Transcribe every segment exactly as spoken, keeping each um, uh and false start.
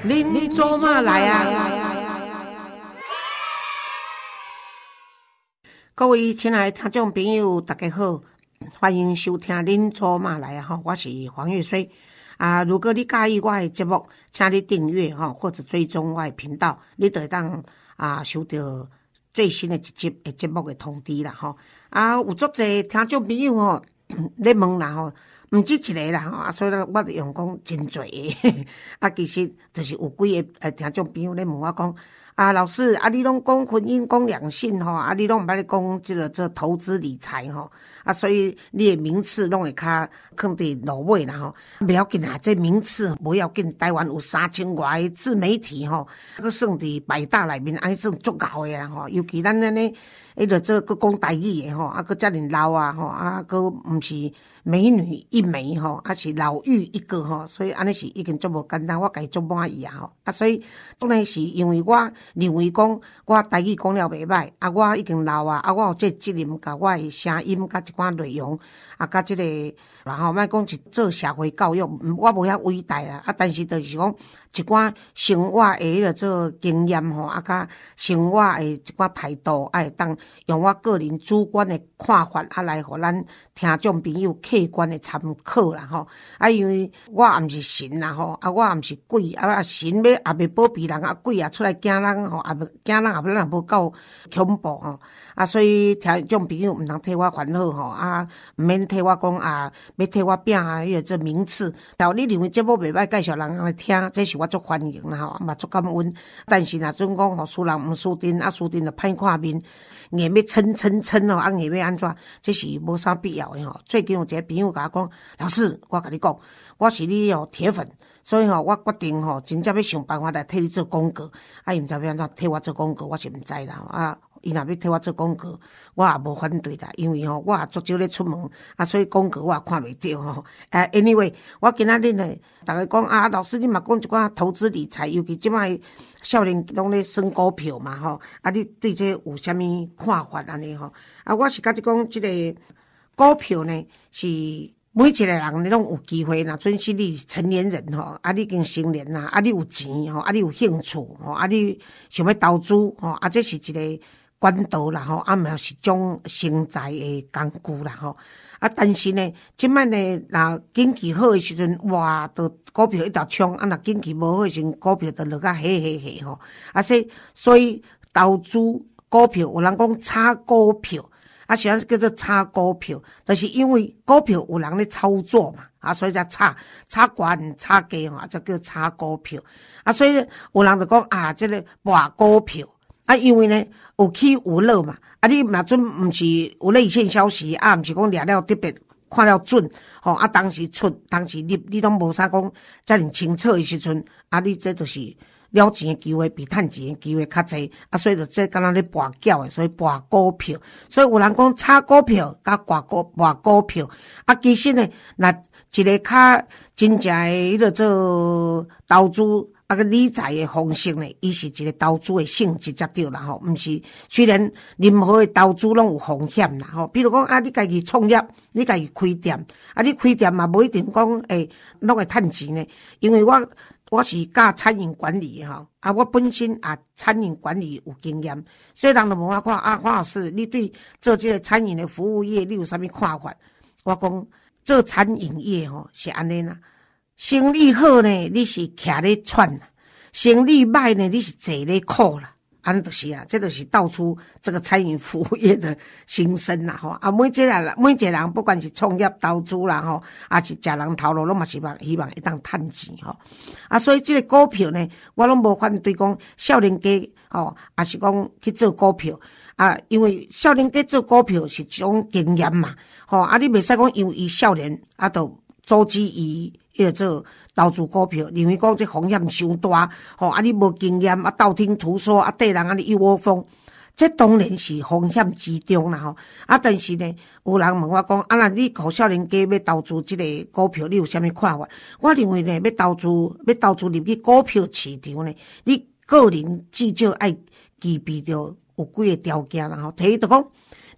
恁做嘛来啊？各位亲爱的听众朋友，大家好，欢迎收听恁做嘛来啊！我是黄月水啊。如果你介意我的节目，请你订阅哈，或者追踪我的频道，你就会当啊收到最新的一集的节目的通知啦吼。啊，有足侪听众朋友吼咧问啦吼。毋止一个啦吼，啊，所以呢，我就用讲真侪个，啊，其实就是有几个诶听众朋友咧问我讲，啊，老师，啊，你拢讲婚姻，讲两性吼，啊，你拢毋捌咧讲即个这投资理财吼，啊，所以你的名次拢会较放伫落尾啦吼，不要紧啊，这名次不要紧，台湾有三千外自媒体吼，佫算伫百大内面，安尼算足够诶啦吼，尤其咱安尼。迄个这个讲台语的吼，啊，佫遮尔老啊吼，啊，佫毋是美女一枚吼，啊是老妪一个吼，所以安尼是已经足无简单，我家己足满意啊吼，啊，所以当然是因为我认为讲我台语讲了袂歹，啊，我已经老啊，啊，我有这责任，甲我的声音甲一寡内容，啊，甲即、这个，然后莫讲是做社会教育，我无遐伟大啊，啊，但是就是讲一寡生活的迄个做经验吼，啊，甲生活的一寡态度，啊，会当。用我个人主观的看法啊，来互咱听众朋友客观的参考啦吼。啊，因为我也毋是神啦吼，啊，我也毋是鬼，啊，神要也袂保庇人，啊，鬼也出来惊人吼，也惊人也不咱也无够恐怖吼。啊，所以听众朋友毋通替我烦恼吼，啊，毋免替我讲啊，要替我拼迄个这名次。然你认为节目袂歹，介绍人来听，这是我足欢迎啦吼，嘛足感恩。但是若准讲互输人毋输阵，啊，输阵就歹看面。硬要撑撑撑哦，啊硬要安怎？这是无啥必要的吼。最近有一个朋友甲我讲，老师，我甲你讲，我是你哦铁粉，所以吼，我决定吼，真正要想办法来替你做广告。啊，伊毋知要安怎替我做广告，我是毋知啦。啊，伊若要替我做广告，我也无反对啦，因为吼，我也足少咧出门，啊，所以广告我也看袂着吼。啊 ，anyway， 我今仔日呢，大家讲啊，老师你嘛讲一寡投资理财，尤其即摆少年拢咧算股票嘛吼，啊，你对这有啥物看法安尼吼？啊，我是甲你讲，即个股票呢是每一个人你拢有机会，若准是你成年人吼，啊，你已经成年啦，啊，你有钱吼，啊，你有兴趣吼，啊，你想要投资吼，啊，这是一个管道啦吼，啊，嘛是种生财的工具啦吼。啊，但是呢，即摆呢，若景气好的时阵，哇，都股票一直冲；啊，若景气无好的时阵，股票就落甲下下下吼。啊，所以所以投资股票，有人讲炒股票，啊，是叫做炒股票，就是因为股票有人咧操作嘛，啊，所以才炒炒悬炒低吼，才叫炒股票。啊，所以有人就讲啊，这个博股票，啊，因为呢有起有落嘛。啊，你若准毋是有内线消息，啊，毋是讲掠了特别看了准，吼、哦，啊，当时出，当时你你拢无啥讲遮尔清楚的时阵，啊，你这就是了钱的机会比趁钱的机会较济，啊，所以就这敢若咧博缴的，所以博股票，所以有人讲炒股票甲博股博股票，啊，其实呢，若一个较真正的迄个做投资。啊个理财的方式呢，伊是一个投资的性质才对啦吼，毋是虽然任何的投资拢有风险啦吼，比如讲啊，你家己创业，你家己开店，啊，你开店嘛无一定讲诶，拢会趁钱呢，因为我我是教餐饮管理的吼，啊，我本身啊餐饮管理有经验，所以人就问我看啊，黄老师，你对做这个餐饮的服务业，你有啥物看法？我讲做餐饮业吼是安尼啦。生意好呢，你是徛咧喘；生意歹呢，你是坐咧苦啦。安就是啊，这就是道出这个餐饮服务业的心声啦吼。啊，每一个人，每一个人，不管是创业、投资啦吼，啊是食人头路，拢嘛是望希望会当趁钱吼。啊，所以这个股票呢，我拢无反对讲少年家吼，啊是讲去做股票啊，因为少年家做股票是一种经验嘛，吼啊，你袂使讲因为伊少年啊，就阻止伊。迄个做投资股票，认为讲这风险伤大，吼啊！你无经验啊，道听途说啊，对人啊，你一窝蜂，这当然是风险之中啦吼。啊，但是呢，有人问我讲，啊，那你互少年家要投资这个股票，你有啥物看法？我认为呢，要投资要投资入去股票市场呢，你个人至少爱具备着有几个条件啦吼。第一就讲，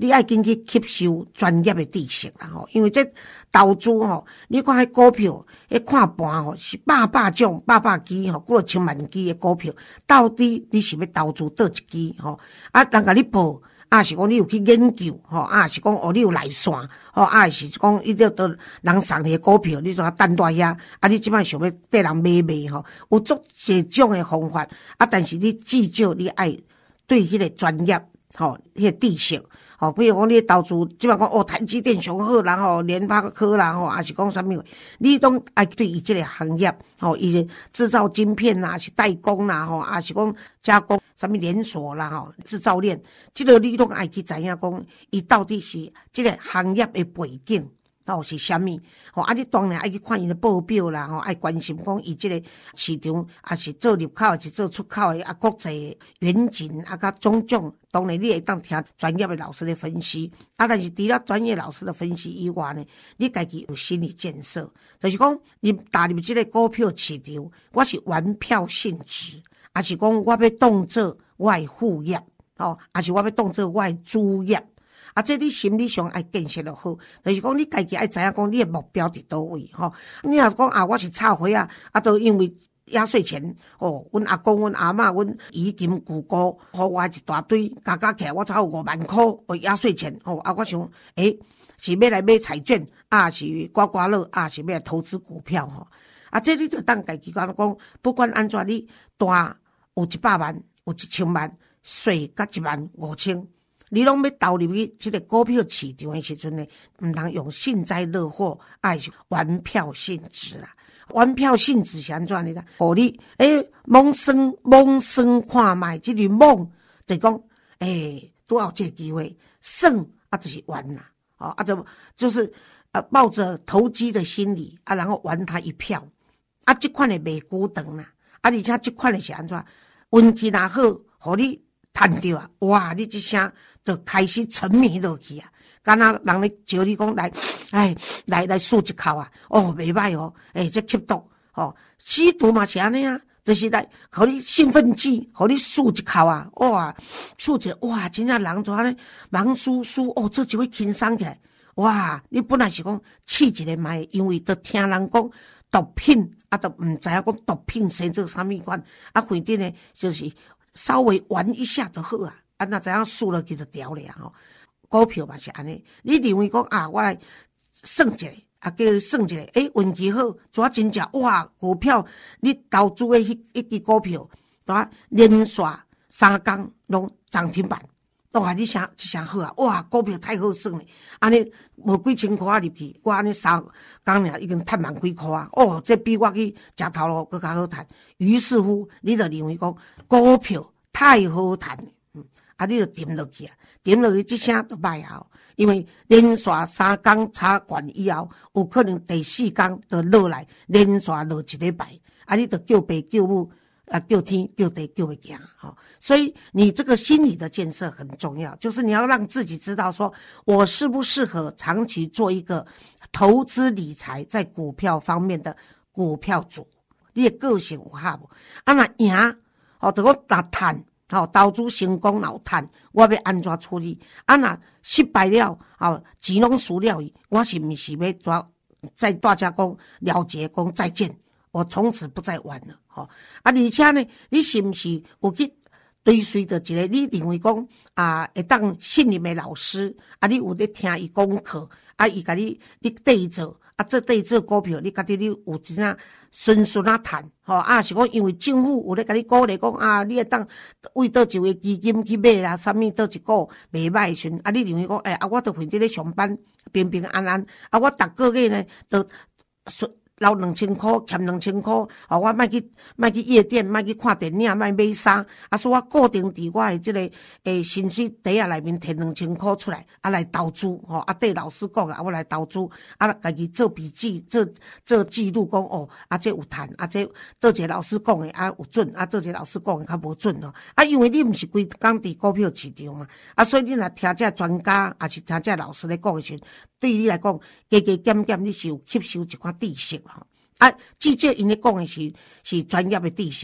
你爱紧去吸收专业的知识啦吼，因为这投资吼，你看迄股票，迄看盘吼是百百种、百百支吼，几落千万支的股票，到底你是要投资倒一支吼？啊，人甲你报。啊，是讲你有去研究，吼，啊，是讲哦，你有来线，吼，啊，是讲伊着到人送你股票，你就等待遐，啊，你即摆想要缀人买卖，吼，有足这种的方法，啊，但是你至少你爱对迄个专业，吼，迄个知识，吼，比如讲你投资，即摆讲哦，台积电上好，然后联发科啦，吼，啊是讲啥物，你拢爱对伊即个行业，吼，伊个制造晶片啦，是代工啦，吼，啊是讲加工。什么连锁啦吼，制造链，这个你都爱去知影讲，伊到底是这个行业的背景哦是啥物？吼啊，你当然爱去看伊的报表啦，吼爱关心讲伊这个市场啊是做入口还是做出口的啊，国际远景啊，甲种种，当然你会当听专业的老师的分析啊，但是除了专业老师的分析以外呢，你家己有心理建设，就是讲你踏入这个股票市场，我是玩票性质。还是讲我要当做我的副业，哦，还是我要当做我的主业，啊，这你心理上爱建设就好。就是讲你家己爱知影讲你的目标伫倒位，吼、哦。你若讲啊，我是插花啊，啊，都因为压岁钱，哦，阮阿公、阮阿嬷、阮姨金姑姑，互我一大堆，加加起来我才有五万箍哦压岁钱，哦，啊，我想，诶、欸，是要来买彩券，啊，是刮刮乐，啊，是要来投资股票，吼、哦。啊，这你就当家己讲讲，不管安怎你大。有一百万，有一千万，税甲一万五千，你拢要投入去这个股票市场的时阵呢，唔通用幸灾乐祸，爱是玩票性质啦。玩票性质是安怎的啦？互你诶，蒙生蒙生看卖，这个蒙就讲诶，拄好这个机会，胜啊就是玩啦，哦啊就就是呃抱着投机的心理啊，然后玩他一票啊，这款的卖股长啦。啊，而且这款的是安怎？运气若好，互你趁着啊，哇！你这声就开始沉迷落去啊。敢若人咧招你讲来，哎，来来漱一口啊！哦，袂歹哦，诶、欸，这吸毒哦，吸毒嘛是安尼啊，就是来互你兴奋剂，互你漱一口啊！哇，漱一个哇，真正人就安尼忙舒舒哦，做就会轻松起来。哇！你本来是讲试一个卖，因为都听人讲。毒品啊，都唔知影讲毒品生做啥物款啊，反正呢就是稍微玩一下就好啊，啊那知影输了去就掉了吼。股票嘛是安尼，你认为讲啊，我来算一下，啊叫你算一下，诶运气好，抓真正哇股票，你投资的迄一支股票，啊连续三工拢涨停板。哇！你啥啥好啊？哇，股票太好算了，安尼无几千块入去，我安尼三工尔已经赚万几块啊！哦，这比我去食头路更加好赚。于是乎，你就认为讲股票太好赚，嗯，啊，你就沉落去啊，沉落去这声就歹啊，因为连续三工差悬以后，有可能第四工就落来，连续落一礼拜，啊，你就叫爸叫母。啊，叫天叫地叫会行哈，所以你这个心理的建设很重要，就是你要让自己知道说，我适不适合长期做一个投资理财在股票方面的股票主，你的个性有合无？啊，若赢哦，就讲若赚，哦，投资成功若有赚，我要安怎处理？啊，若失败了，哦，钱拢输了，我是不是要抓再大家讲了结讲再见？我从此不再玩了，吼、哦！啊，而且呢，你是不是有去追随着一个你认为讲啊，会当信任的老师啊？你有咧听伊讲课啊？伊甲你你对做啊，这对做股票，你家己你有真正顺顺啊赚，吼、哦、啊！是讲因为政府有咧甲你鼓励讲啊，你会当为倒一个基金去买啦，啥物倒一个袂歹的时阵啊？你认为讲，哎啊，我都反正咧上班平平安安啊，我逐个月呢都顺。留两千块，欠两千块，哦，我莫去莫去夜店，莫去看电影，莫买衫，啊，所以我固定伫我的这个诶薪水袋啊内面摕两千块出来，啊来投资，吼、哦，啊对老师讲啊，我来投资，啊家己做笔记，做做记录讲哦，啊这有赚，啊这倒一个老师讲的啊有准，啊倒一个老师讲的较无准哦，啊因为你毋是规工伫股票市场嘛，啊所以你若听这专家，啊是听这老师咧讲的时，对你来讲，加加减减你是有吸收一款知识。啊，至少因咧讲的是是专业的知识，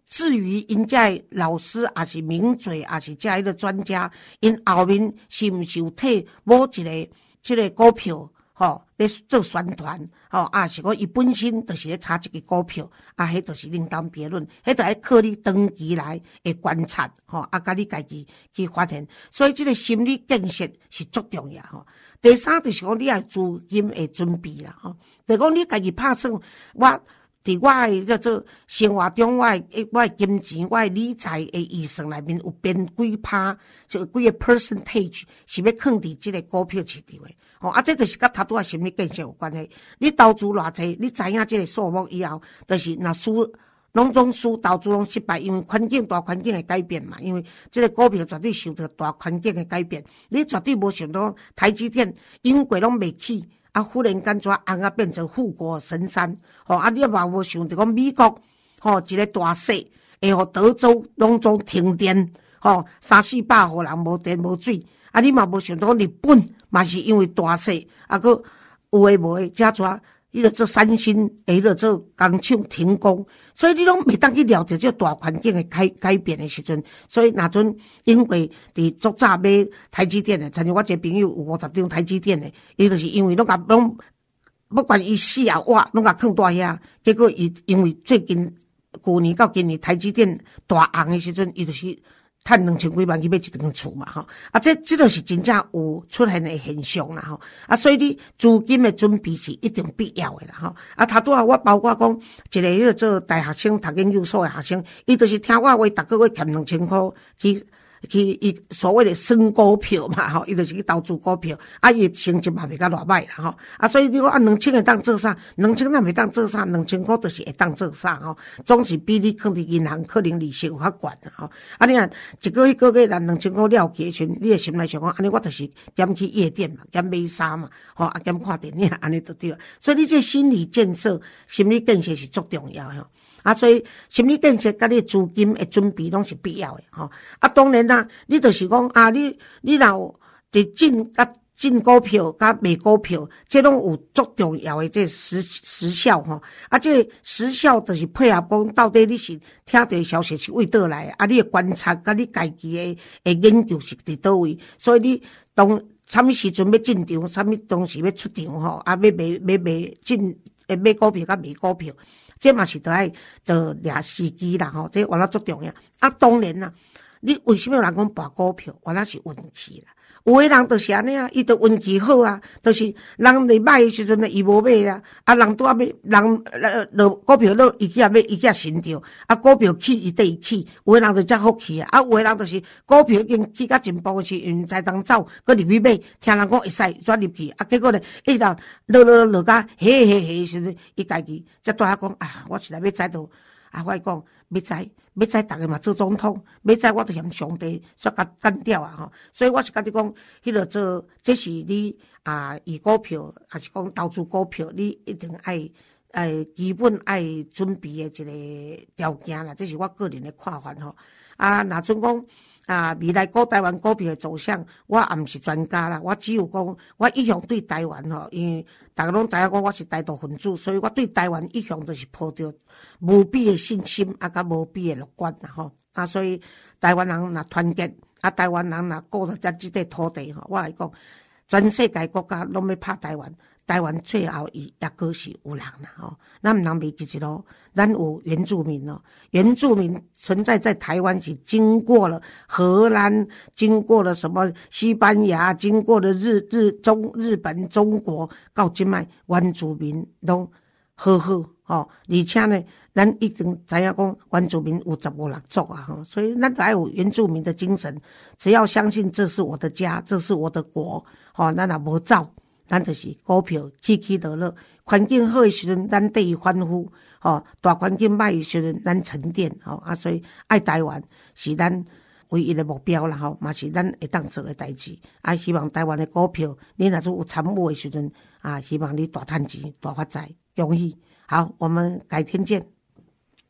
至于因这老师也是名嘴，也是这个专家，因后面是毋是有替某一个这个股票吼咧做宣传吼，啊是讲伊本身就是咧炒一个股票，啊迄就是另当别论，迄就要靠你长期来会观察吼，啊甲你家己去发现，所以这个心理建设是足重要吼。第三就是讲你要资金的准备啦吼，就讲你家己拍算我。伫我诶叫做生活中，我诶我诶金钱、我诶理财诶预算内面有编几趴，就几个 percentage 是要放伫即个股票市场诶。吼、哦，啊，这就是甲头拄仔心理建设有关系。你投资偌济，你知影即个数目以后，就是若输拢总输，投资拢失败，因为环境大环境诶改变嘛。因为即个股票绝对受到大环境诶改变，你绝对无想到台积电因过拢未起。啊！忽然间怎红啊变成富国神山，吼、哦！啊，你也嘛无想着讲美国，吼、哦、一个大势会互德州拢总停电，吼、哦、三四百户人无电无水，啊！你嘛无想到日本嘛是因为大势，啊个有诶无诶，遮怎伊著做三星，会著做工厂停工，所以你拢袂当去了解这大环境诶改改变诶时阵，所以若阵因为伫足早买台积电诶，曾经我一个朋友有五十张台积电诶，伊就是因为拢甲拢不管伊死啊活，拢甲放大遐，结果伊因为最近旧年到今年台积电大红诶时阵，伊就是赚两千几万去买一间厝嘛吼，啊，这这就是真正有出现的现象啦吼，啊，所以你资金的准备是一定必要的啦吼，啊，头拄仔我包括讲一个迄个做大学生读研究所的学生，伊就是听我话，逐个月欠两千块去。去伊所谓的升股票嘛吼，伊就是去投资股票，啊，伊成绩嘛袂甲偌歹啦吼，啊，所以你讲啊，两千会当做啥？两千咱袂当做啥？两千块就是会当做啥吼？总是比你放伫银行可能利息有较悬啦吼。啊，你看一个月个月咱两千块了起时，你诶心内想讲，安尼我就是减去夜店嘛，减买衫嘛，吼，啊，减看电影，安尼就对了。所以你这心理建设、心理建设是足重要吼。啊，所以心理建设甲你资金的准备拢是必要的吼。啊，当然啦，你就是讲啊，你你若伫进啊进股票甲卖股票，这拢有足重要的这时时效吼。啊，这时效就是配合讲到底你是听到消息是为倒来的，啊，你的观察甲你家己的的研究是伫倒位，所以你当啥物时阵要进场，啥物当时要出场吼，啊，要卖要卖进诶买股票甲卖股票。这嘛是得爱得抓时机啦吼，这原来足重要。啊，当然啦，你为什么有人讲博股票？原来是运气啦。有的人就是安尼啊，伊就运气好啊，就是人伫买的时阵呢，伊无买啊，啊人拄啊买，人呃落股票落，伊去啊买，伊去啊神着，啊股票起伊缀伊起，有的人就遮好起啊，啊有的人就是股票已经起甲真步的时，因才当走，佮入去买，听人讲会使转入去，啊结果呢，伊就落落落甲嘿嘿嘿时阵，伊家己才拄啊讲啊，我是来要知道，啊我讲要知。要知大家嘛做总统，要知我就嫌上帝煞甲干掉啊吼，所以我是甲你讲，迄个做，这是你啊，以股票还是讲投资股票，你一定爱诶基本爱准备的一个条件啦，这是我个人的看法吼。啊，若阵讲啊，未来股台湾股票的走向，我也毋是专家啦，我只有讲，我一向对台湾吼，因为大家拢知影讲我是台独分子，所以我对台湾一向都是抱着无比的信心，啊，甲无比的乐观啦吼。啊，所以台湾人若团结，啊，台湾人若顾着咱即块土地吼，我来讲，全世界国家拢要拍台湾。台湾最后伊也阁是有人啦吼，咱毋通袂记一咯。咱有原住民哦，原住民存在在台湾是经过了荷兰，经过了什么西班牙，经过了日日中日本中国，到即卖原住民拢好好吼，而且呢，咱已经知影讲原住民有十五六族啊吼，所以咱就要有原住民的精神，只要相信这是我的家，这是我的国，吼，咱也无走。咱就是股票起起落落，环境好的时阵，咱对伊欢呼；吼，大环境歹的时阵，咱沉淀。吼啊，所以爱台湾是咱唯一的目标啦。吼，嘛是咱会当做的代志。啊，希望台湾的股票，你若做有参与的时阵，啊，希望你大赚钱、大发财，容易。好，我们改天见。